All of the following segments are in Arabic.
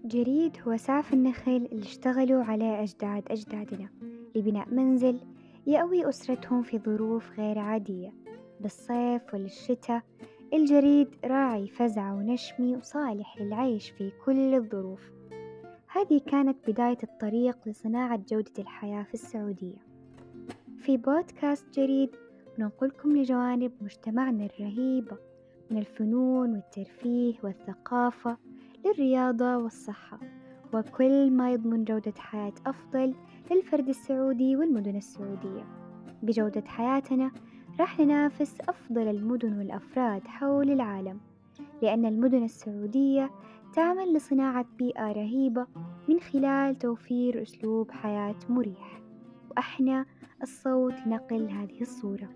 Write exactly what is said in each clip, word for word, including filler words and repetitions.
جريد هو سعف النخل اللي اشتغلوا عليه أجداد أجدادنا لبناء منزل يأوي أسرتهم في ظروف غير عادية. بالصيف وللشتاء الجريد راعي فزع ونشمي وصالح للعيش في كل الظروف. هذه كانت بداية الطريق لصناعة جودة الحياة في السعودية. في بودكاست جريد بننقلكم لجوانب مجتمعنا الرهيبة من الفنون والترفيه والثقافة للرياضة والصحة، وكل ما يضمن جودة حياة أفضل للفرد السعودي والمدن السعودية. بجودة حياتنا راح ننافس أفضل المدن والأفراد حول العالم، لأن المدن السعودية تعمل لصناعة بيئة رهيبة من خلال توفير أسلوب حياة مريح، وإحنا الصوت لنقل هذه الصورة.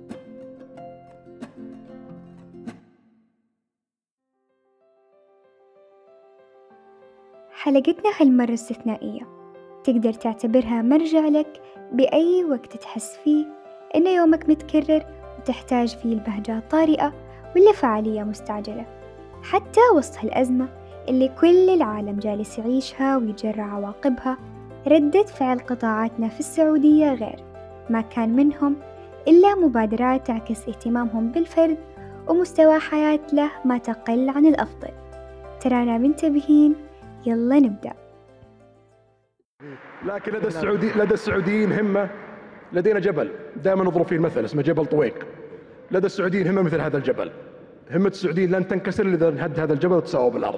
حلقتنا هالمرة استثنائية، تقدر تعتبرها مرجع لك بأي وقت تحس فيه إن يومك متكرر وتحتاج فيه البهجة طارئة ولا فعالية مستعجلة. حتى وسط هالأزمة اللي كل العالم جالس يعيشها ويجرى عواقبها، ردة فعل قطاعاتنا في السعودية غير ما كان منهم إلا مبادرات تعكس اهتمامهم بالفرد ومستوى حياة له ما تقل عن الأفضل. ترانا منتبهين، يلا نبدأ. لكن لدى السعودي لدى السعوديين همة، لدينا جبل دائما نضرب فيه المثل اسمه جبل طويق. لدى السعوديين همة مثل هذا الجبل. همة السعوديين لن تنكسر إذا نهد هذا الجبل وتساوى بالأرض.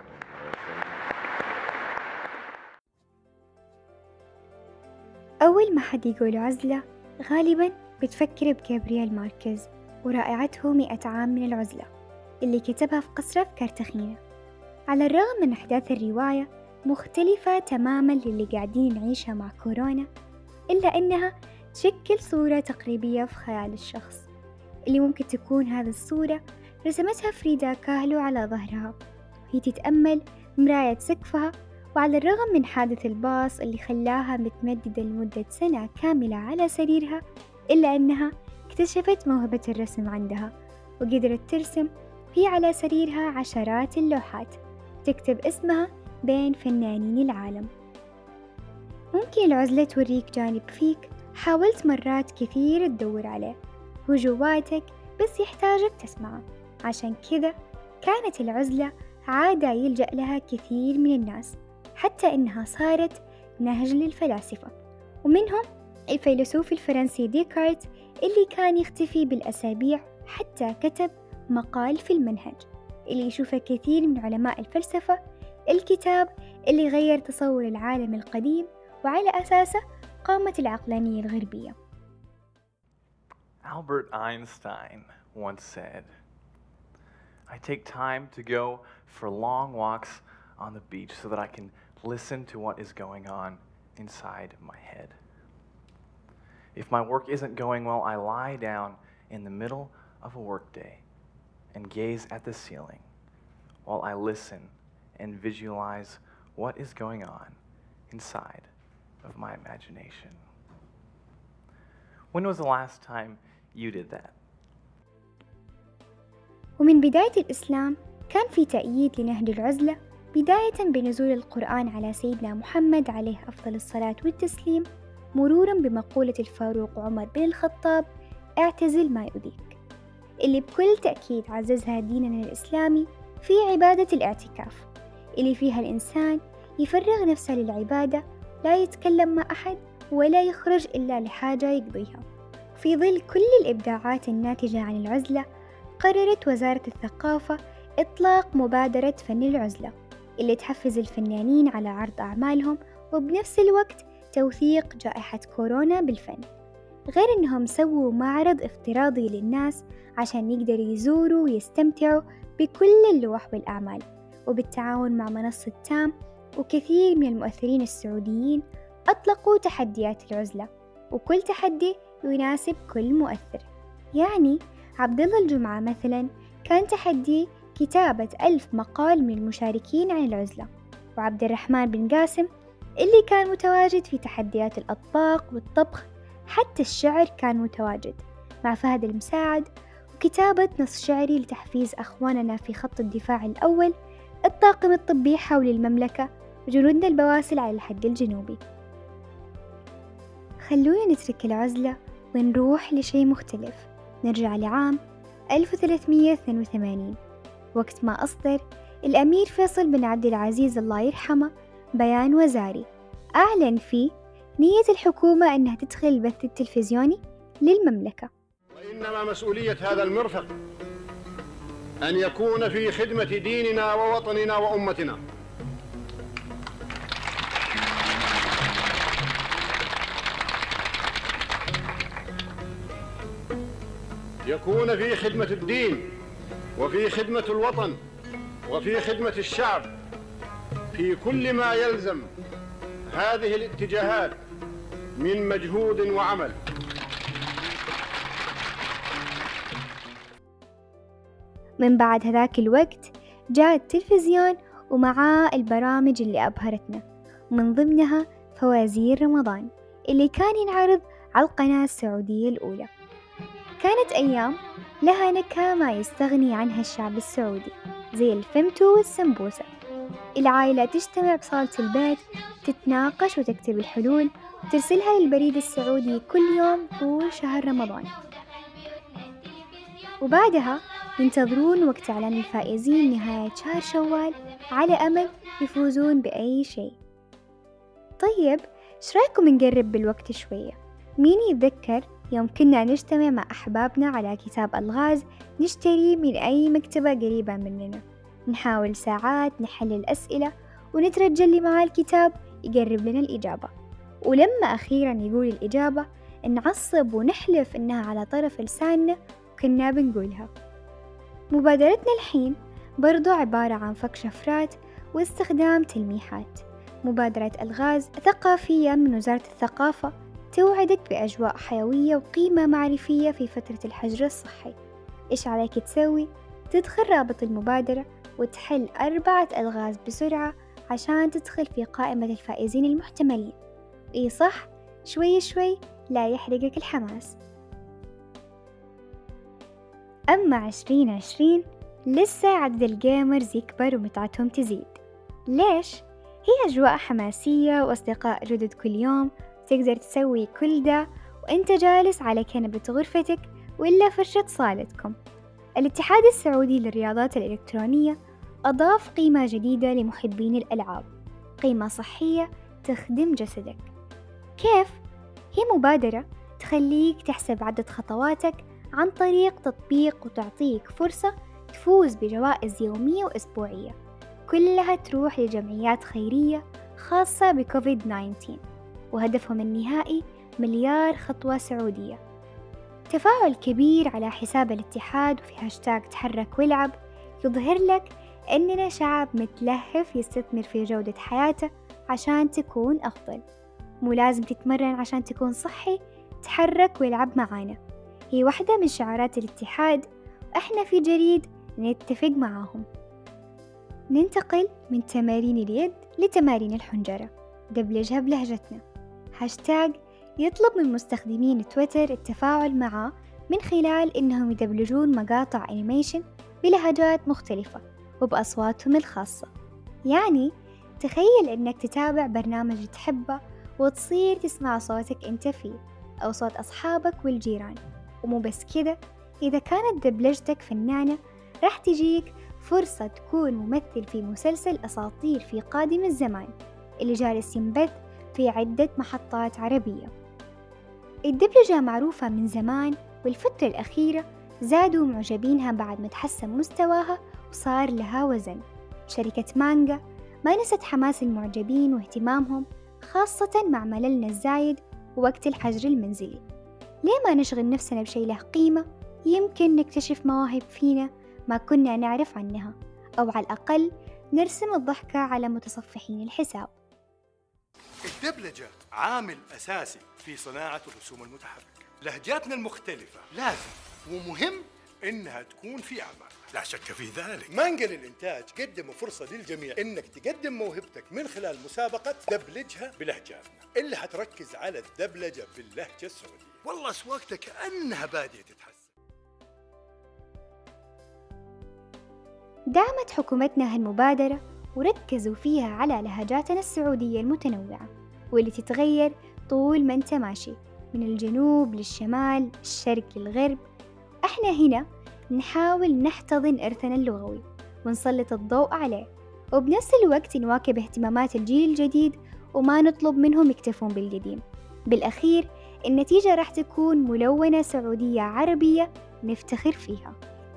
أول ما حد يقول عزلة غالبا بتفكر بجابرييل ماركيز ورائعته مئة عام من العزلة اللي كتبها في قصره في كارتاخينا. على الرغم من أحداث الرواية مختلفة تماماً للي قاعدين نعيشها مع كورونا، إلا أنها تشكل صورة تقريبية في خيال الشخص، اللي ممكن تكون هذه الصورة رسمتها فريدا كاهلو على ظهرها وهي تتأمل مراية سقفها. وعلى الرغم من حادث الباص اللي خلاها متمددة لمدة سنة كاملة على سريرها، إلا أنها اكتشفت موهبة الرسم عندها وقدرت ترسم هي على سريرها عشرات اللوحات تكتب اسمها بين فنانين العالم. ممكن العزلة توريك جانب فيك حاولت مرات كثير تدور عليه، هو جواتك بس يحتاجك تسمعه. عشان كذا كانت العزلة عادة يلجأ لها كثير من الناس، حتى إنها صارت نهج للفلاسفة، ومنهم الفيلسوف الفرنسي ديكارت اللي كان يختفي بالأسابيع حتى كتب مقال في المنهج اللي يشوفه كثير من علماء الفلسفة، الكتاب اللي غير تصور العالم القديم وعلى أساسه قامت العقلانية الغربية. Albert Einstein once said, "I take time to go for long walks on the beach so that I can listen to what is going on inside my head. If my work isn't going well, I lie down in the middle of a workday and gaze at the ceiling while I listen and visualize what is going on inside of my imagination." When was the last time you did that? ومن بداية الإسلام كان في تأييد لنهج العزلة، بداية بنزول القرآن على سيدنا محمد عليه أفضل الصلاة والتسليم، مرورا بمقولة الفاروق عمر بن الخطاب: اعتزل ما يؤذيك، اللي بكل تأكيد عززها ديننا الإسلامي في عبادة الاعتكاف، اللي فيها الإنسان يفرغ نفسه للعبادة، لا يتكلم مع أحد ولا يخرج إلا لحاجة يقضيها. في ظل كل الإبداعات الناتجة عن العزلة، قررت وزارة الثقافة إطلاق مبادرة فن العزلة اللي تحفز الفنانين على عرض أعمالهم، وبنفس الوقت توثيق جائحة كورونا بالفن. غير أنهم سووا معرض افتراضي للناس عشان يقدروا يزوروا ويستمتعوا بكل اللوح والأعمال، وبالتعاون مع منصة تام وكثير من المؤثرين السعوديين أطلقوا تحديات العزلة، وكل تحدي يناسب كل مؤثر. يعني عبد الله الجمعة مثلا كان تحدي كتابة ألف مقال من المشاركين عن العزلة، وعبد الرحمن بن قاسم اللي كان متواجد في تحديات الأطباق والطبخ، حتى الشعر كان متواجد مع فهد المساعد، وكتابة نص شعري لتحفيز أخواننا في خط الدفاع الأول الطاقم الطبي حول المملكة وجنودنا البواسل على الحد الجنوبي. خلونا نترك العزلة ونروح لشيء مختلف، نرجع لعام ألف وثلاثمية واثنين وثمانين، وقت ما أصدر الأمير فيصل بن عبد العزيز الله يرحمه بيان وزاري أعلن فيه نية الحكومة أنها تدخل البث التلفزيوني للمملكة. وإنما مسؤولية هذا المرفق أن يكون في خدمة ديننا ووطننا وأمتنا. يكون في خدمة الدين وفي خدمة الوطن وفي خدمة الشعب في كل ما يلزم هذه الاتجاهات من مجهود وعمل. من بعد هذاك الوقت جاء التلفزيون ومعاه البرامج اللي أبهرتنا، ومن ضمنها فوازير رمضان اللي كان ينعرض على القناة السعودية الأولى. كانت أيام لها نكهة ما يستغني عنها الشعب السعودي، زي الفمتو والسمبوسة. العائلة تجتمع بصالة البيت، تتناقش وتكتب الحلول وترسلها للبريد السعودي كل يوم طول شهر رمضان. وبعدها ينتظرون وقت إعلان الفائزين نهاية شهر شوال على أمل يفوزون بأي شيء. طيب، إيش رأيكم نقرب بالوقت شوية؟ مين يتذكر يوم كنا نجتمع مع أحبابنا على كتاب ألغاز نشتري من أي مكتبة قريبة مننا، نحاول ساعات نحل الأسئلة ونترجى اللي معاه الكتاب يقرب لنا الإجابة، ولما أخيرا يقول الإجابة نعصب ونحلف إنها على طرف لساننا وكنا بنقولها. مبادرتنا الحين برضو عبارة عن فك شفرات واستخدام تلميحات. مبادرة ألغاز ثقافية من وزارة الثقافة توعدك بأجواء حيوية وقيمة معرفية في فترة الحجر الصحي. إيش عليك تسوي؟ تدخل رابط المبادرة وتحل أربعة ألغاز بسرعة عشان تدخل في قائمة الفائزين المحتملين. إيه صح، شوي شوي لا يحرقك الحماس. أما عشرين عشرين لسه عدد الجيمرز يكبر ومتعتهم تزيد. ليش؟ هي أجواء حماسية وأصدقاء جدد كل يوم، تقدر تسوي كل ده وأنت جالس على كنبة غرفتك وإلا فرشة صالتكم. الاتحاد السعودي للرياضات الإلكترونية أضاف قيمة جديدة لمحبين الألعاب، قيمة صحية تخدم جسدك. كيف؟ هي مبادرة تخليك تحسب عدد خطواتك عن طريق تطبيق وتعطيك فرصة تفوز بجوائز يومية وأسبوعية، كلها تروح لجمعيات خيرية خاصة بكوفيد تسعة عشر، وهدفهم النهائي مليار خطوة سعودية. تفاعل كبير على حساب الاتحاد وفي هاشتاج تحرك والعب يظهر لك أننا شعب متلهف يستثمر في جودة حياته عشان تكون أفضل. مو لازم تتمرن عشان تكون صحي، تحرك والعب معانا هي واحدة من شعارات الاتحاد، وإحنا في جريد نتفق معاهم. ننتقل من تمارين اليد لتمارين الحنجرة، دبلجها بلهجتنا. هاشتاج يطلب من مستخدمين تويتر التفاعل معه من خلال إنهم يدبلجون مقاطع أنيميشن بلهجات مختلفة وبأصواتهم الخاصة. يعني تخيل إنك تتابع برنامج تحبه وتصير تسمع صوتك أنت فيه أو صوت أصحابك والجيران. ومو بس كده، إذا كانت دبلجتك فنانة راح تجيك فرصة تكون ممثل في مسلسل أساطير في قادم الزمان اللي جالس ينبث في عدة محطات عربية. الدبلجة معروفة من زمان، والفترة الأخيرة زادوا معجبينها بعد ما تحسن مستواها وصار لها وزن. شركة مانجا ما نست حماس المعجبين واهتمامهم، خاصة مع مللنا الزايد ووقت الحجر المنزلي. ليه ما نشغل نفسنا بشيء له قيمة؟ يمكن نكتشف مواهب فينا ما كنا نعرف عنها، أو على الأقل نرسم الضحكة على متصفحين الحساب. الدبلجة عامل أساسي في صناعة الرسوم المتحركة. لهجاتنا المختلفة لازم ومهم إنها تكون في أعمال، لا شك في ذلك. مانجا للإنتاج قدموا فرصة للجميع إنك تقدم موهبتك من خلال مسابقة دبلجها بلهجاتنا، اللي حتركز على الدبلجة باللهجة السعودية. والله أصواتك كأنها بادية تتحسن. دعمت حكومتنا هالمبادرة وركزوا فيها على لهجاتنا السعودية المتنوعة واللي تتغير طول ما انت ماشي من الجنوب للشمال، الشرق للغرب. احنا هنا نحاول نحتضن إرثنا اللغوي ونسلط الضوء عليه، وبنفس الوقت نواكب اهتمامات الجيل الجديد وما نطلب منهم يكتفون بالقديم. بالأخير النتيجة راح تكون ملونة سعودية عربية نفتخر فيها.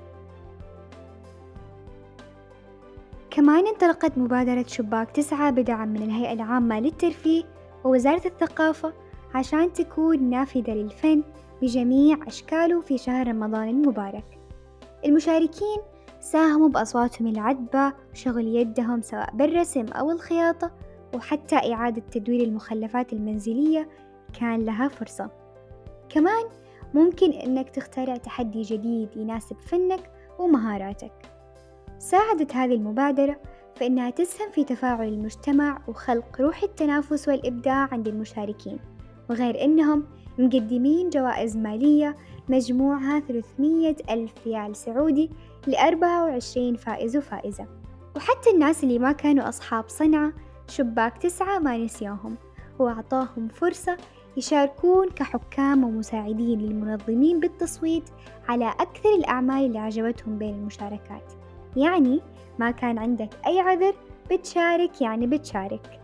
كمان انطلقت مبادرة شباك تسعة بدعم من الهيئة العامة للترفيه ووزارة الثقافة عشان تكون نافذة للفن بجميع أشكاله في شهر رمضان المبارك. المشاركين ساهموا بأصواتهم العذبة وشغل يدهم سواء بالرسم أو الخياطة، وحتى إعادة تدوير المخلفات المنزلية كان لها فرصة. كمان ممكن أنك تخترع تحدي جديد يناسب فنك ومهاراتك. ساعدت هذه المبادرة في أنها تسهم في تفاعل المجتمع وخلق روح التنافس والإبداع عند المشاركين، وغير أنهم مقدمين جوائز مالية مجموعها ثلاثمية ألف ريال سعودي لأربعة وعشرين فائز وفائزة. وحتى الناس اللي ما كانوا أصحاب صنعة شباك تسعة ما نسيوهم وأعطاهم فرصة يشاركون كحكام ومساعدين للمنظمين بالتصويت على أكثر الأعمال اللي عجبتهم بين المشاركات. يعني ما كان عندك أي عذر، بتشارك يعني بتشارك.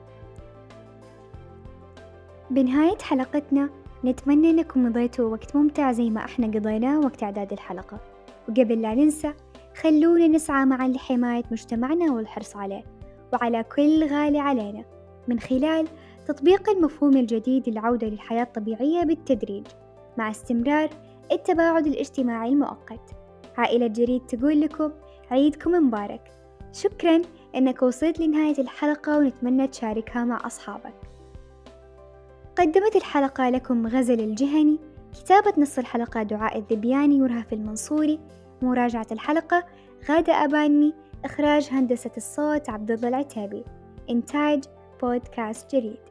بنهاية حلقتنا نتمنى أنكم قضيتوا وقت ممتع زي ما احنا قضيناه وقت إعداد الحلقة، وقبل لا ننسى خلونا نسعى معا لحماية مجتمعنا والحرص عليه وعلى كل غالي علينا من خلال تطبيق المفهوم الجديد للعودة للحياة الطبيعية بالتدريج مع استمرار التباعد الاجتماعي المؤقت. عائلة جريد تقول لكم عيدكم مبارك. شكرا أنك وصلت لنهاية الحلقة ونتمنى تشاركها مع أصحابك. قدمت الحلقة لكم غزل الجهني، كتابة نص الحلقة دعاء الذبياني ورهف المنصوري، مراجعة الحلقة غادة أباني، إخراج هندسة الصوت عبد الله العتابي، إنتاج بودكاست جريد.